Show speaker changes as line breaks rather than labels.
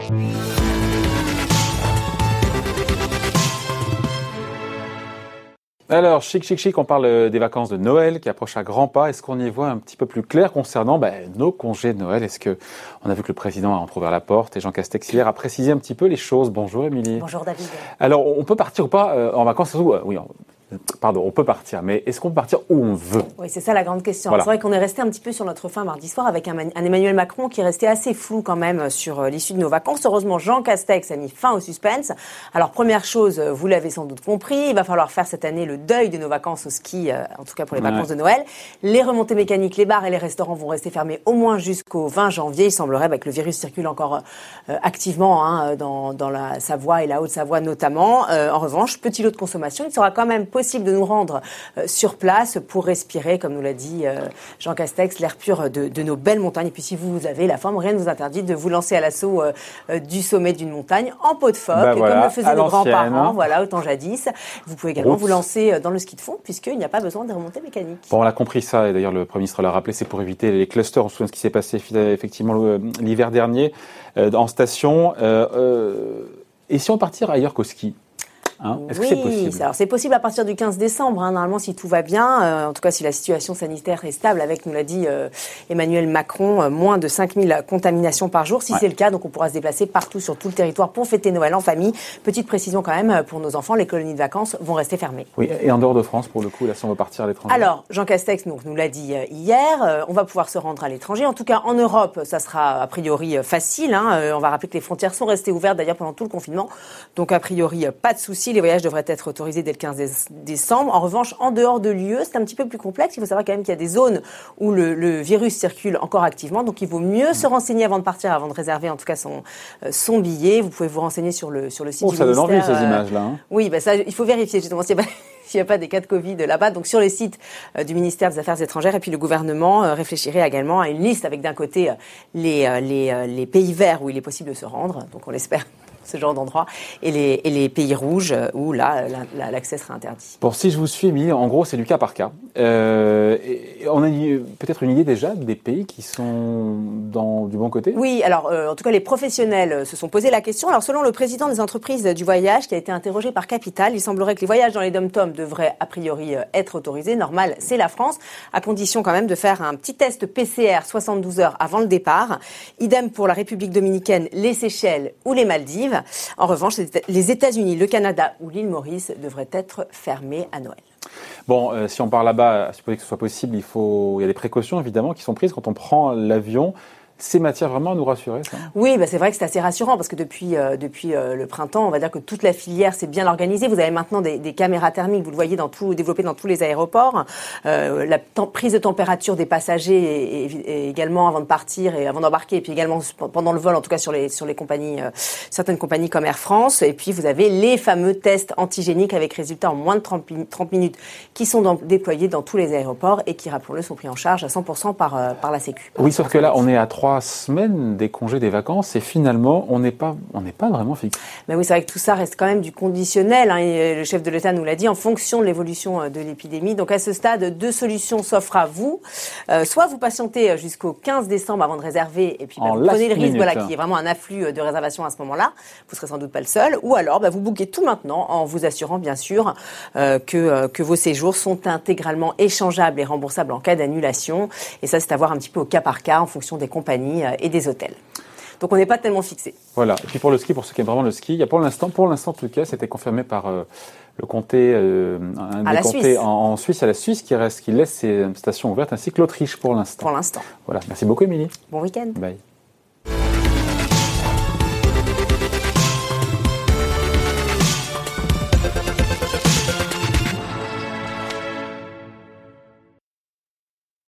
Alors, chic, on parle des vacances de Noël qui approchent à grands pas. Est-ce qu'on y voit un petit peu plus clair concernant nos congés de Noël? Est-ce que on a vu que le président a entrouvert la porte et Jean Castex hier a précisé un petit peu les choses? Bonjour Émilie.
Bonjour David.
Alors, on peut partir ou pas en vacances? On peut partir, mais est-ce qu'on peut partir où on veut?
Oui, c'est ça la grande question.
Voilà.
C'est vrai qu'on est resté un petit peu sur notre fin mardi soir avec un Emmanuel Macron qui est resté assez flou quand même sur l'issue de nos vacances. Heureusement, Jean Castex a mis fin au suspense. Alors, première chose, vous l'avez sans doute compris, il va falloir faire cette année le deuil de nos vacances au ski, en tout cas pour les vacances de Noël. Les remontées mécaniques, les bars et les restaurants vont rester fermés au moins jusqu'au 20 janvier. Il semblerait que le virus circule encore activement dans la Savoie et la Haute-Savoie notamment. En revanche, petit lot de consommation, il sera quand même possible de nous rendre sur place pour respirer, comme nous l'a dit Jean Castex, l'air pur de nos belles montagnes. Et puis si vous avez la forme, rien ne vous interdit de vous lancer à l'assaut du sommet d'une montagne en peau de phoque, comme le faisaient nos grands-parents, autant jadis. Vous pouvez également vous lancer dans le ski de fond, puisqu'il n'y a pas besoin de remontées mécaniques.
Bon, on a compris ça, et d'ailleurs le Premier ministre l'a rappelé, c'est pour éviter les clusters. On se souvient de ce qui s'est passé effectivement l'hiver dernier en station. Et si on partir ailleurs qu'au ski? Est-ce que c'est possible?
Alors c'est possible à partir du 15 décembre, normalement si tout va bien, en tout cas si la situation sanitaire est stable avec, nous l'a dit Emmanuel Macron, moins de 5000 contaminations par jour. Si c'est le cas, donc on pourra se déplacer partout sur tout le territoire pour fêter Noël en famille. Petite précision quand même pour nos enfants, les colonies de vacances vont rester fermées.
Oui, et en dehors de France pour le coup, là si on veut partir à l'étranger?
Alors Jean Castex nous l'a dit hier, on va pouvoir se rendre à l'étranger. En tout cas en Europe, ça sera a priori facile. On va rappeler que les frontières sont restées ouvertes d'ailleurs pendant tout le confinement. Donc a priori pas de souci. Les voyages devraient être autorisés dès le 15 décembre. En revanche, en dehors de l'UE, c'est un petit peu plus complexe. Il faut savoir quand même qu'il y a des zones où le virus circule encore activement. Donc, il vaut mieux se renseigner avant de partir, avant de réserver en tout cas son billet. Vous pouvez vous renseigner sur le site du ministère.
Ça donne envie, ces images-là.
Oui, ça, il faut vérifier justement s'il n'y a pas des cas de Covid là-bas. Donc, sur les sites du ministère des Affaires étrangères. Et puis, le gouvernement réfléchirait également à une liste avec d'un côté les pays verts où il est possible de se rendre. Donc, on l'espère. Ce genre d'endroit, et les pays rouges où là, l'accès sera interdit.
Bon, si je vous suis, Émilie, en gros, c'est du cas par cas. Et on a peut-être une idée déjà des pays qui sont du bon côté?
Oui, alors en tout cas, les professionnels se sont posé la question. Alors, selon le président des entreprises du voyage qui a été interrogé par Capital, il semblerait que les voyages dans les dom-toms devraient a priori être autorisés. Normal, c'est la France, à condition quand même de faire un petit test PCR 72 heures avant le départ. Idem pour la République dominicaine, les Seychelles ou les Maldives. En revanche, les États-Unis, le Canada ou l'île Maurice devraient être fermés à Noël.
Bon, si on part là-bas, à supposer que ce soit possible, il y a des précautions évidemment qui sont prises quand on prend l'avion. C'est matière vraiment à nous rassurer, ça?
Oui, c'est vrai que c'est assez rassurant parce que depuis le printemps, on va dire que toute la filière s'est bien organisée. Vous avez maintenant des caméras thermiques, vous le voyez développées dans tous les aéroports. La prise de température des passagers et également avant de partir et avant d'embarquer, et puis également pendant le vol, en tout cas sur les compagnies, certaines compagnies comme Air France. Et puis vous avez les fameux tests antigéniques avec résultats en moins de 30 minutes qui sont déployés dans tous les aéroports et qui, rappelons-le, sont pris en charge à 100% par la Sécu.
Oui, sauf que là, on est à 3 semaines des congés des vacances et finalement on n'est pas vraiment fixe.
Mais oui, c'est vrai que tout ça reste quand même du conditionnel, et le chef de l'État nous l'a dit, en fonction de l'évolution de l'épidémie. Donc à ce stade, 2 solutions s'offrent à vous. Soit vous patientez jusqu'au 15 décembre avant de réserver et puis vous prenez le risque qu'il y ait vraiment un afflux de réservations à ce moment-là. Vous serez sans doute pas le seul. Ou alors vous bookez tout maintenant en vous assurant bien sûr que vos séjours sont intégralement échangeables et remboursables en cas d'annulation. Et ça, c'est à voir un petit peu au cas par cas en fonction des compagnies et des hôtels. Donc on n'est pas tellement fixé.
Voilà. Et puis pour le ski, pour ceux qui aiment vraiment le ski, il y a pour l'instant en tout cas, c'était confirmé par le comté, en Suisse, à la Suisse, qui laisse ses stations ouvertes, ainsi que l'Autriche pour l'instant.
Pour l'instant.
Voilà. Merci beaucoup, Émilie.
Bon week-end.
Bye.